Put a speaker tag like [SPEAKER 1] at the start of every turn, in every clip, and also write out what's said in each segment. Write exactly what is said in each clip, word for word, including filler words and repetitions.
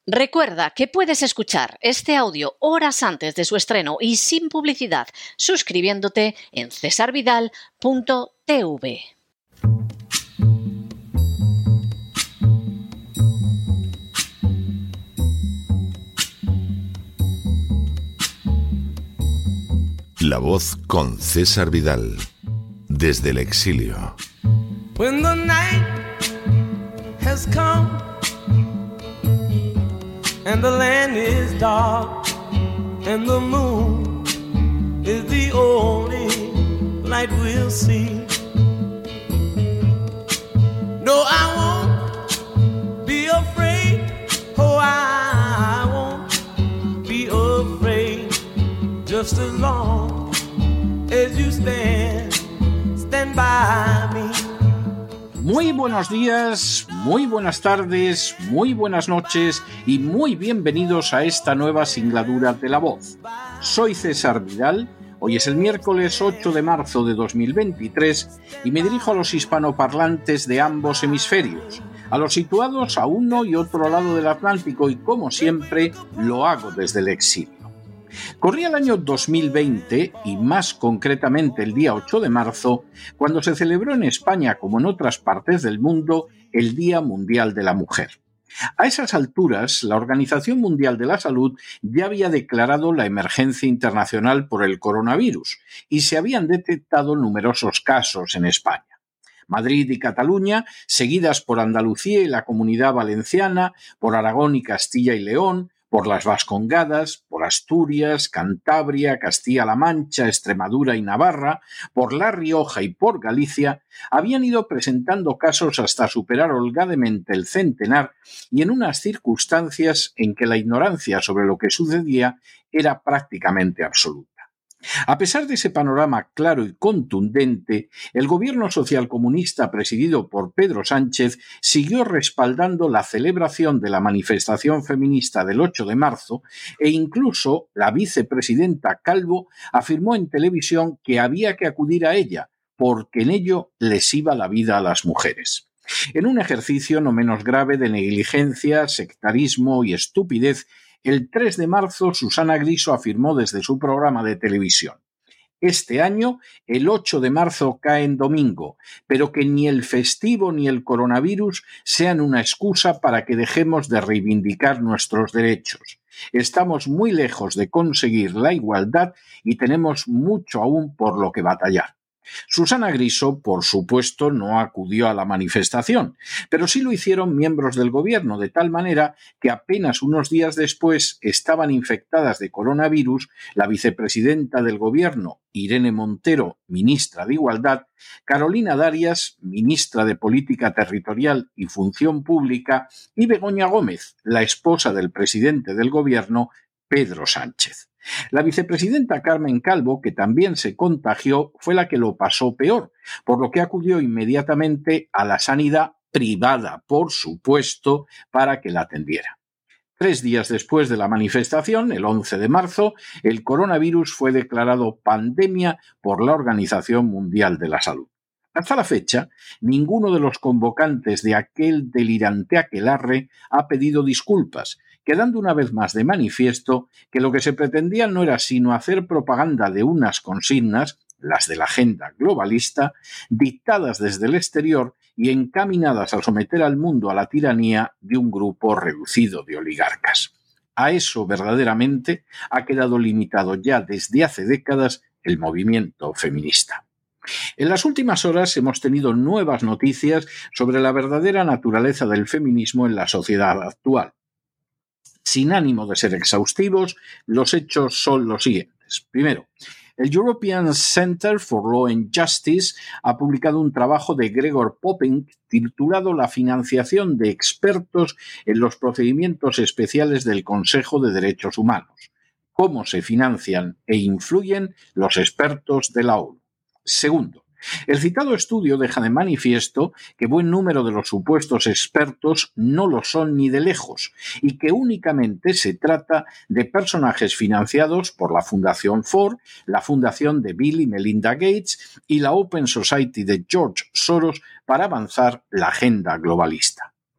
[SPEAKER 1] Recuerda que puedes escuchar este audio horas antes de su estreno y sin publicidad suscribiéndote en cesar vidal punto t v.
[SPEAKER 2] La Voz con César Vidal, desde el exilio.
[SPEAKER 3] When the night has come and the land is dark and the moon is the only light we'll see. No, I won't be afraid. Oh, I won't be afraid. Just as long as you stand, stand by me.
[SPEAKER 4] Muy buenos días, muy buenas tardes, muy buenas noches y muy bienvenidos a esta nueva singladura de La Voz. Soy César Vidal, hoy es el miércoles ocho de marzo de dos mil veintitrés y me dirijo a los hispanoparlantes de ambos hemisferios, a los situados a uno y otro lado del Atlántico y, como siempre, lo hago desde el exilio. Corría el año dos mil veinte y más concretamente el día ocho de marzo, cuando se celebró en España, como en otras partes del mundo, el Día Mundial de la Mujer. A esas alturas, la Organización Mundial de la Salud ya había declarado la emergencia internacional por el coronavirus y se habían detectado numerosos casos en España. Madrid y Cataluña, seguidas por Andalucía y la Comunidad Valenciana, por Aragón y Castilla y León, por las Vascongadas, por Asturias, Cantabria, Castilla-La Mancha, Extremadura y Navarra, por La Rioja y por Galicia, habían ido presentando casos hasta superar holgadamente el centenar y en unas circunstancias en que la ignorancia sobre lo que sucedía era prácticamente absoluta. A pesar de ese panorama claro y contundente, el gobierno socialcomunista presidido por Pedro Sánchez siguió respaldando la celebración de la manifestación feminista del ocho de marzo e incluso la vicepresidenta Calvo afirmó en televisión que había que acudir a ella porque en ello les iba la vida a las mujeres. En un ejercicio no menos grave de negligencia, sectarismo y estupidez, el tres de marzo, Susana Griso afirmó desde su programa de televisión: este año, el ocho de marzo cae en domingo, pero que ni el festivo ni el coronavirus sean una excusa para que dejemos de reivindicar nuestros derechos. Estamos muy lejos de conseguir la igualdad y tenemos mucho aún por lo que batallar. Susana Griso, por supuesto, no acudió a la manifestación, pero sí lo hicieron miembros del gobierno, de tal manera que apenas unos días después estaban infectadas de coronavirus la vicepresidenta del gobierno, Irene Montero, ministra de Igualdad, Carolina Darias, ministra de Política Territorial y Función Pública, y Begoña Gómez, la esposa del presidente del gobierno, Pedro Sánchez. La vicepresidenta Carmen Calvo, que también se contagió, fue la que lo pasó peor, por lo que acudió inmediatamente a la sanidad privada, por supuesto, para que la atendiera. Tres días después de la manifestación, el once de marzo, el coronavirus fue declarado pandemia por la Organización Mundial de la Salud. Hasta la fecha, ninguno de los convocantes de aquel delirante aquelarre ha pedido disculpas, quedando una vez más de manifiesto que lo que se pretendía no era sino hacer propaganda de unas consignas, las de la agenda globalista, dictadas desde el exterior y encaminadas a someter al mundo a la tiranía de un grupo reducido de oligarcas. A eso verdaderamente ha quedado limitado ya desde hace décadas el movimiento feminista. En las últimas horas hemos tenido nuevas noticias sobre la verdadera naturaleza del feminismo en la sociedad actual. Sin ánimo de ser exhaustivos, los hechos son los siguientes. Primero, el European Center for Law and Justice ha publicado un trabajo de Gregor Poppink titulado La financiación de expertos en los procedimientos especiales del Consejo de Derechos Humanos. Cómo se financian e influyen los expertos de la ONU. Segundo, el citado estudio deja de manifiesto que buen número de los supuestos expertos no lo son ni de lejos y que únicamente se trata de personajes financiados por la Fundación Ford, la Fundación de Bill y Melinda Gates y la Open Society de George Soros para avanzar la agenda globalista.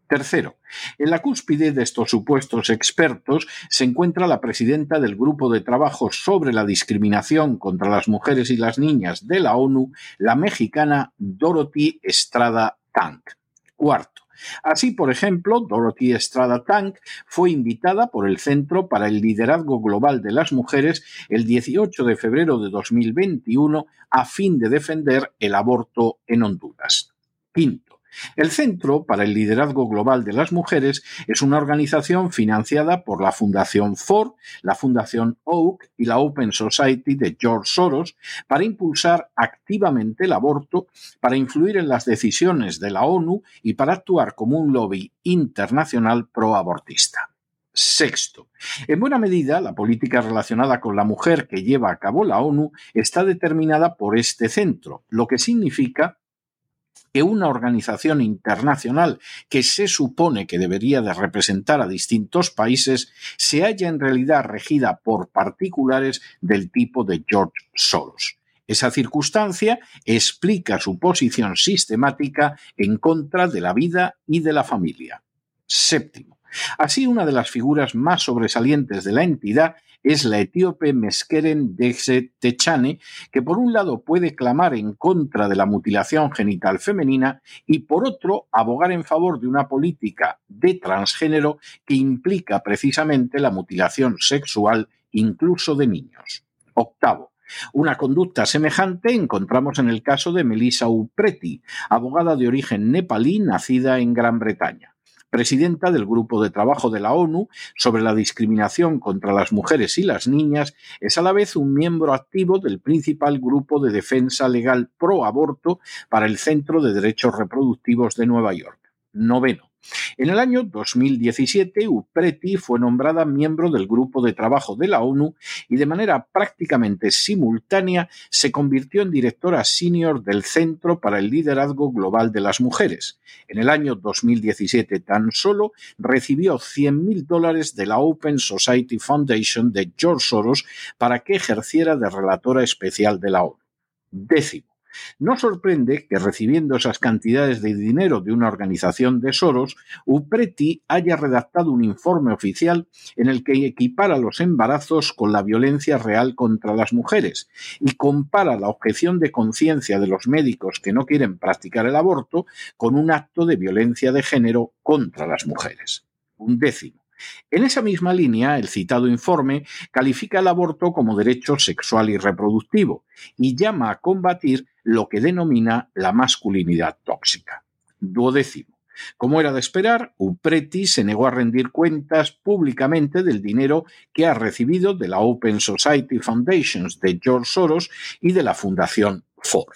[SPEAKER 4] Tercero, en la cúspide de estos supuestos expertos se encuentra la presidenta del Grupo de Trabajo sobre la Discriminación contra las Mujeres y las Niñas de la ONU, la mexicana Dorothy Estrada Tank. Cuarto, así, por ejemplo, Dorothy Estrada Tank fue invitada por el Centro para el Liderazgo Global de las Mujeres el dieciocho de febrero de dos mil veintiuno a fin de defender el aborto en Honduras. Quinto, el Centro para el Liderazgo Global de las Mujeres es una organización financiada por la Fundación Ford, la Fundación Oak y la Open Society de George Soros para impulsar activamente el aborto, para influir en las decisiones de la ONU y para actuar como un lobby internacional proabortista. Sexto, en buena medida, la política relacionada con la mujer que lleva a cabo la ONU está determinada por este centro, lo que significa que una organización internacional que se supone que debería de representar a distintos países se halla en realidad regida por particulares del tipo de George Soros. Esa circunstancia explica su posición sistemática en contra de la vida y de la familia. Séptimo, así una de las figuras más sobresalientes de la entidad es la etíope Meskeren Degse Techane, que por un lado puede clamar en contra de la mutilación genital femenina y por otro abogar en favor de una política de transgénero que implica precisamente la mutilación sexual incluso de niños. Octavo, una conducta semejante encontramos en el caso de Melissa Upreti, abogada de origen nepalí nacida en Gran Bretaña. Presidenta del Grupo de Trabajo de la ONU sobre la discriminación contra las mujeres y las niñas, es a la vez un miembro activo del principal grupo de defensa legal pro aborto para el Centro de Derechos Reproductivos de Nueva York. Noveno. En el año dos mil diecisiete, Upreti fue nombrada miembro del Grupo de Trabajo de la ONU y de manera prácticamente simultánea se convirtió en directora senior del Centro para el Liderazgo Global de las Mujeres. En el año dos mil diecisiete tan solo recibió cien mil dólares de la Open Society Foundation de George Soros para que ejerciera de relatora especial de la ONU. Décimo. No sorprende que recibiendo esas cantidades de dinero de una organización de Soros, Upreti haya redactado un informe oficial en el que equipara los embarazos con la violencia real contra las mujeres y compara la objeción de conciencia de los médicos que no quieren practicar el aborto con un acto de violencia de género contra las mujeres. Un décimo. En esa misma línea, el citado informe califica el aborto como derecho sexual y reproductivo y llama a combatir lo que denomina la masculinidad tóxica. Duodécimo. Como era de esperar, Upreti se negó a rendir cuentas públicamente del dinero que ha recibido de la Open Society Foundations de George Soros y de la Fundación Ford.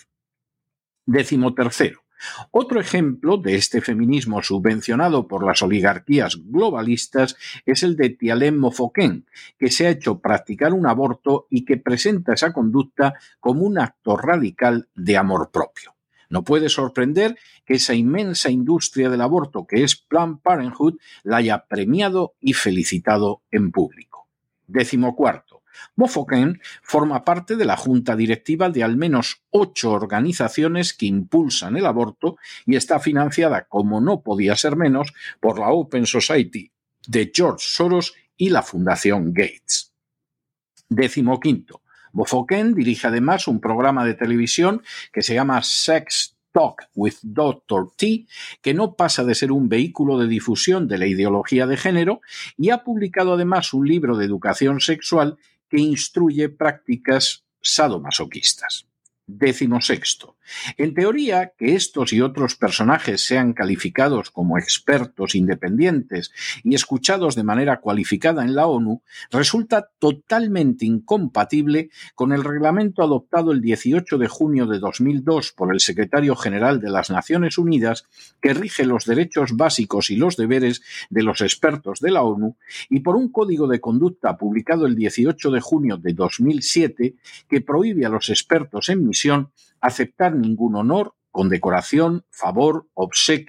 [SPEAKER 4] Décimo tercero. Otro ejemplo de este feminismo subvencionado por las oligarquías globalistas es el de Tialem Mofoken, que se ha hecho practicar un aborto y que presenta esa conducta como un acto radical de amor propio. No puede sorprender que esa inmensa industria del aborto que es Planned Parenthood la haya premiado y felicitado en público. Décimo cuarto. Mofoken forma parte de la junta directiva de al menos ocho organizaciones que impulsan el aborto y está financiada, como no podía ser menos, por la Open Society de George Soros y la Fundación Gates. Décimo quinto. Mofoken dirige además un programa de televisión que se llama Sex Talk with doctor T, que no pasa de ser un vehículo de difusión de la ideología de género, y ha publicado además un libro de educación sexual que instruye prácticas sadomasoquistas. Décimo sexto. En teoría, que estos y otros personajes sean calificados como expertos independientes y escuchados de manera cualificada en la ONU resulta totalmente incompatible con el reglamento adoptado el dieciocho de junio de dos mil dos por el secretario general de las Naciones Unidas que rige los derechos básicos y los deberes de los expertos de la ONU y por un código de conducta publicado el dieciocho de junio de dos mil siete que prohíbe a los expertos en misión aceptar ningún honor, condecoración, favor, obsequio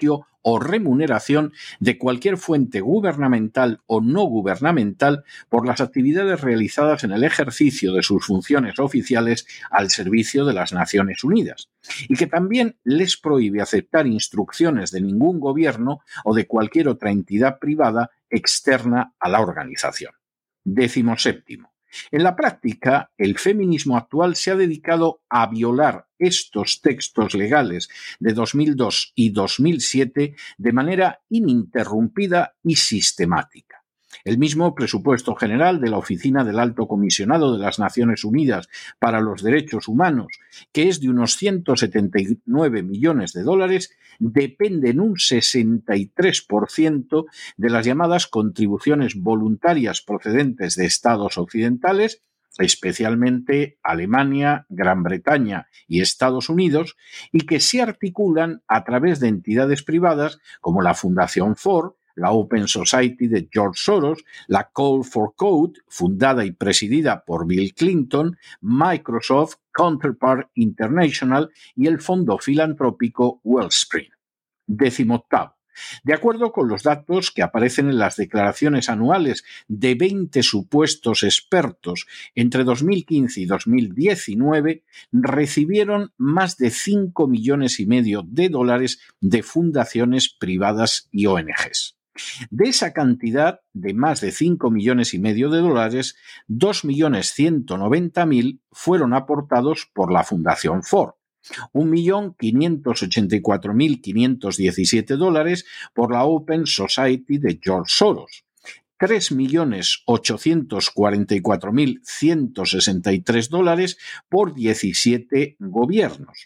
[SPEAKER 4] o remuneración de cualquier fuente gubernamental o no gubernamental por las actividades realizadas en el ejercicio de sus funciones oficiales al servicio de las Naciones Unidas, y que también les prohíbe aceptar instrucciones de ningún gobierno o de cualquier otra entidad privada externa a la organización. Décimo séptimo. En la práctica, el feminismo actual se ha dedicado a violar estos textos legales de dos mil dos y dos mil siete de manera ininterrumpida y sistemática. El mismo presupuesto general de la Oficina del Alto Comisionado de las Naciones Unidas para los Derechos Humanos, que es de unos ciento setenta y nueve millones de dólares, depende en un sesenta y tres por ciento de las llamadas contribuciones voluntarias procedentes de estados occidentales, especialmente Alemania, Gran Bretaña y Estados Unidos, y que se articulan a través de entidades privadas como la Fundación Ford, la Open Society de George Soros, la Call for Code, fundada y presidida por Bill Clinton, Microsoft, Counterpart International y el fondo filantrópico Wellspring. Décimo octavo. De acuerdo con los datos que aparecen en las declaraciones anuales de veinte supuestos expertos entre dos mil quince y dos mil diecinueve, recibieron más de cinco millones y medio de dólares de fundaciones privadas y O N Ges. De esa cantidad de más de cinco millones y medio de dólares, dos millones ciento noventa mil fueron aportados por la Fundación Ford, un millón quinientos ochenta y cuatro mil quinientos diecisiete dólares por la Open Society de George Soros, tres millones ochocientos cuarenta y cuatro mil ciento sesenta y tres dólares por diecisiete gobiernos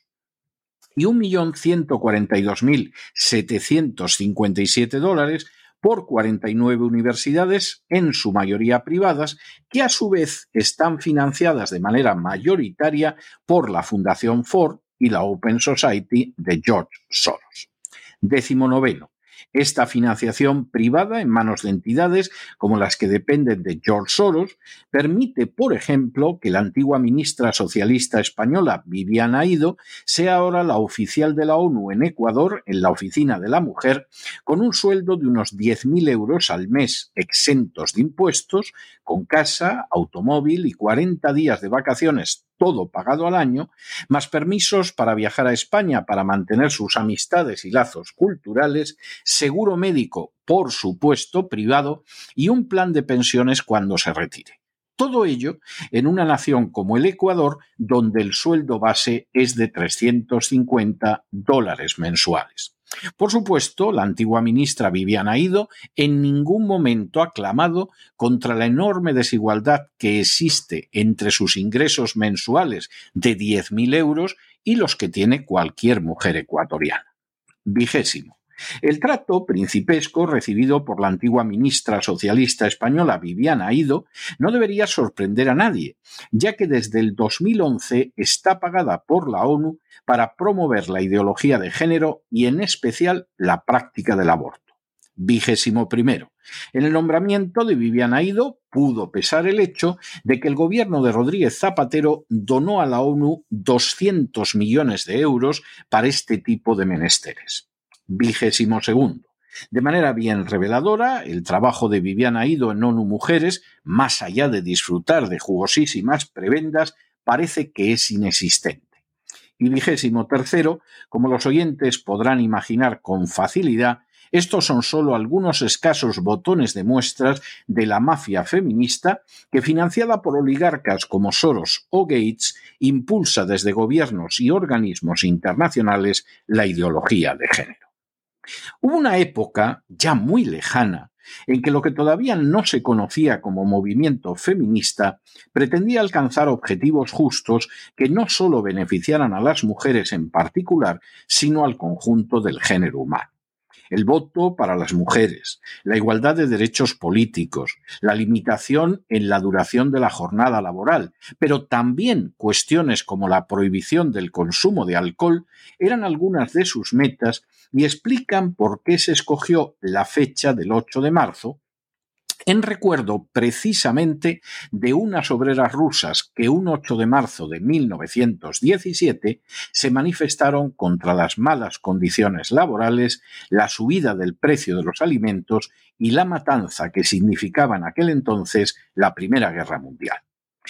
[SPEAKER 4] y un millón ciento cuarenta y dos mil setecientos cincuenta y siete dólares por cuarenta y nueve universidades, en su mayoría privadas, que a su vez están financiadas de manera mayoritaria por la Fundación Ford y la Open Society de George Soros. Décimo noveno. Esta financiación privada en manos de entidades como las que dependen de George Soros permite, por ejemplo, que la antigua ministra socialista española Viviana Aido sea ahora la oficial de la ONU en Ecuador, en la Oficina de la Mujer, con un sueldo de unos diez mil euros al mes exentos de impuestos, con casa, automóvil y cuarenta días de vacaciones, todo pagado al año, más permisos para viajar a España para mantener sus amistades y lazos culturales, seguro médico, por supuesto, privado, y un plan de pensiones cuando se retire. Todo ello en una nación como el Ecuador, donde el sueldo base es de trescientos cincuenta dólares mensuales. Por supuesto, la antigua ministra Viviana Aido en ningún momento ha clamado contra la enorme desigualdad que existe entre sus ingresos mensuales de diez mil euros y los que tiene cualquier mujer ecuatoriana. Vigésimo. El trato principesco recibido por la antigua ministra socialista española Viviana Aido no debería sorprender a nadie, ya que desde el dos mil once está pagada por la ONU para promover la ideología de género y en especial la práctica del aborto. Vigésimo primero. En el nombramiento de Viviana Aido pudo pesar el hecho de que el gobierno de Rodríguez Zapatero donó a la ONU doscientos millones de euros para este tipo de menesteres. Vigésimo segundo. De manera bien reveladora, el trabajo de Viviana Aido en ONU Mujeres, más allá de disfrutar de jugosísimas prebendas, parece que es inexistente. Y vigésimo tercero, como los oyentes podrán imaginar con facilidad, estos son solo algunos escasos botones de muestras de la mafia feminista que, financiada por oligarcas como Soros o Gates, impulsa desde gobiernos y organismos internacionales la ideología de género. Hubo una época, ya muy lejana, en que lo que todavía no se conocía como movimiento feminista pretendía alcanzar objetivos justos que no solo beneficiaran a las mujeres en particular, sino al conjunto del género humano. El voto para las mujeres, la igualdad de derechos políticos, la limitación en la duración de la jornada laboral, pero también cuestiones como la prohibición del consumo de alcohol eran algunas de sus metas y explican por qué se escogió la fecha del ocho de marzo, en recuerdo precisamente de unas obreras rusas que un ocho de marzo de mil novecientos diecisiete se manifestaron contra las malas condiciones laborales, la subida del precio de los alimentos y la matanza que significaba en aquel entonces la Primera Guerra Mundial.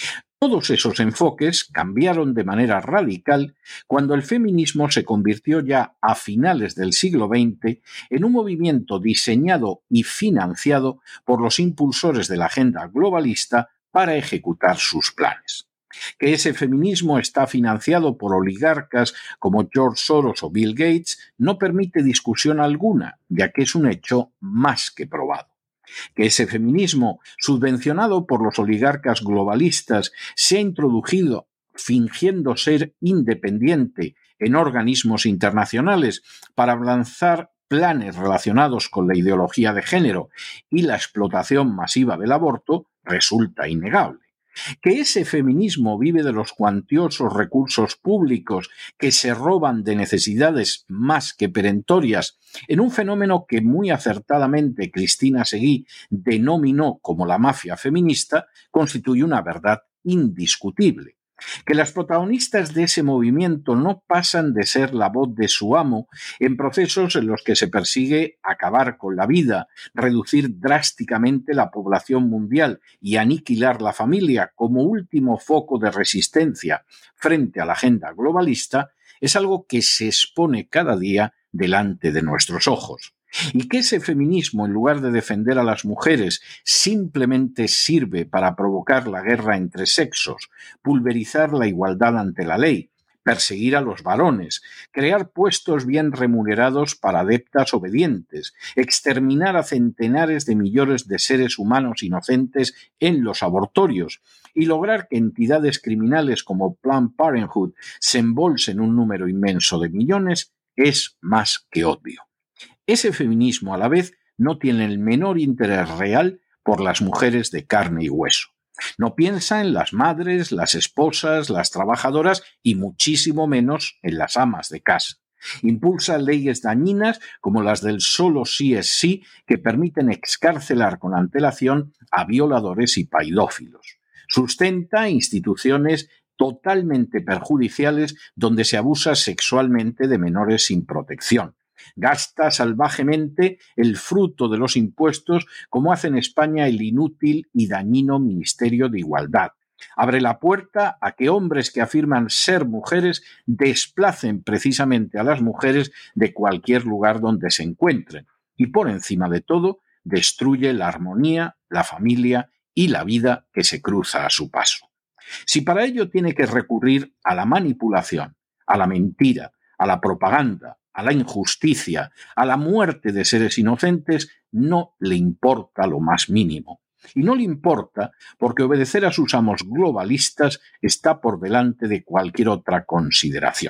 [SPEAKER 4] Todos esos enfoques cambiaron de manera radical cuando el feminismo se convirtió ya a finales del siglo veinte en un movimiento diseñado y financiado por los impulsores de la agenda globalista para ejecutar sus planes. Que ese feminismo está financiado por oligarcas como George Soros o Bill Gates no permite discusión alguna, ya que es un hecho más que probado. Que ese feminismo, subvencionado por los oligarcas globalistas, se ha introducido fingiendo ser independiente en organismos internacionales para lanzar planes relacionados con la ideología de género y la explotación masiva del aborto, resulta innegable. Que ese feminismo vive de los cuantiosos recursos públicos que se roban de necesidades más que perentorias, en un fenómeno que muy acertadamente Cristina Seguí denominó como la mafia feminista, constituye una verdad indiscutible. Que las protagonistas de ese movimiento no pasan de ser la voz de su amo en procesos en los que se persigue acabar con la vida, reducir drásticamente la población mundial y aniquilar la familia como último foco de resistencia frente a la agenda globalista, es algo que se expone cada día delante de nuestros ojos. Y que ese feminismo, en lugar de defender a las mujeres, simplemente sirve para provocar la guerra entre sexos, pulverizar la igualdad ante la ley, perseguir a los varones, crear puestos bien remunerados para adeptas obedientes, exterminar a centenares de millones de seres humanos inocentes en los abortorios y lograr que entidades criminales como Planned Parenthood se embolsen un número inmenso de millones, es más que obvio. Ese feminismo, a la vez, no tiene el menor interés real por las mujeres de carne y hueso. No piensa en las madres, las esposas, las trabajadoras y muchísimo menos en las amas de casa. Impulsa leyes dañinas como las del solo sí es sí, que permiten excarcelar con antelación a violadores y paidófilos. Sustenta instituciones totalmente perjudiciales donde se abusa sexualmente de menores sin protección. Gasta salvajemente el fruto de los impuestos, como hace en España el inútil y dañino Ministerio de Igualdad. Abre la puerta a que hombres que afirman ser mujeres desplacen precisamente a las mujeres de cualquier lugar donde se encuentren. Y por encima de todo, destruye la armonía, la familia y la vida que se cruza a su paso. Si para ello tiene que recurrir a la manipulación, a la mentira, a la propaganda, a la injusticia, a la muerte de seres inocentes, no le importa lo más mínimo. Y no le importa porque obedecer a sus amos globalistas está por delante de cualquier otra consideración.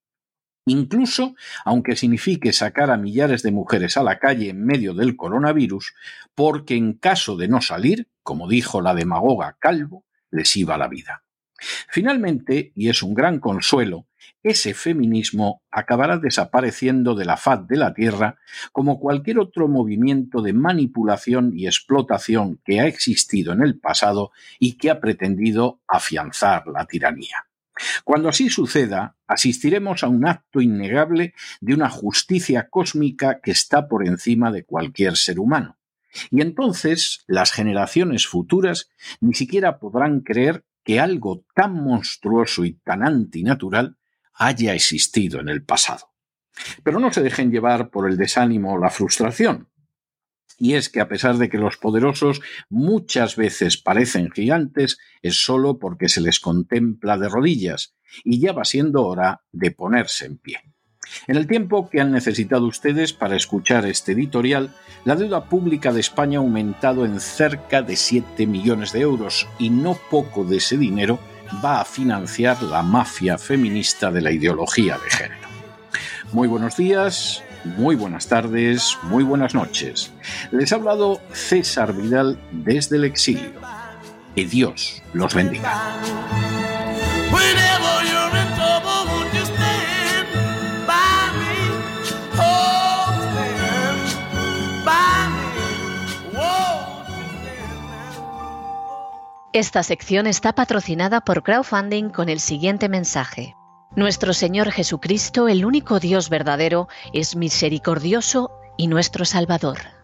[SPEAKER 4] Incluso, aunque signifique sacar a millares de mujeres a la calle en medio del coronavirus, porque en caso de no salir, como dijo la demagoga Calvo, les iba la vida. Finalmente, y es un gran consuelo, ese feminismo acabará desapareciendo de la faz de la tierra como cualquier otro movimiento de manipulación y explotación que ha existido en el pasado y que ha pretendido afianzar la tiranía. Cuando así suceda, asistiremos a un acto innegable de una justicia cósmica que está por encima de cualquier ser humano. Y entonces las generaciones futuras ni siquiera podrán creer que algo tan monstruoso y tan antinatural haya existido en el pasado. Pero no se dejen llevar por el desánimo o la frustración. Y es que a pesar de que los poderosos muchas veces parecen gigantes, es solo porque se les contempla de rodillas, y ya va siendo hora de ponerse en pie. En el tiempo que han necesitado ustedes para escuchar este editorial, la deuda pública de España ha aumentado en cerca de siete millones de euros y no poco de ese dinero va a financiar la mafia feminista de la ideología de género. Muy buenos días, muy buenas tardes, muy buenas noches. Les ha hablado César Vidal desde el exilio. Que Dios los bendiga.
[SPEAKER 1] Esta sección está patrocinada por crowdfunding con el siguiente mensaje. Nuestro Señor Jesucristo, el único Dios verdadero, es misericordioso y nuestro Salvador.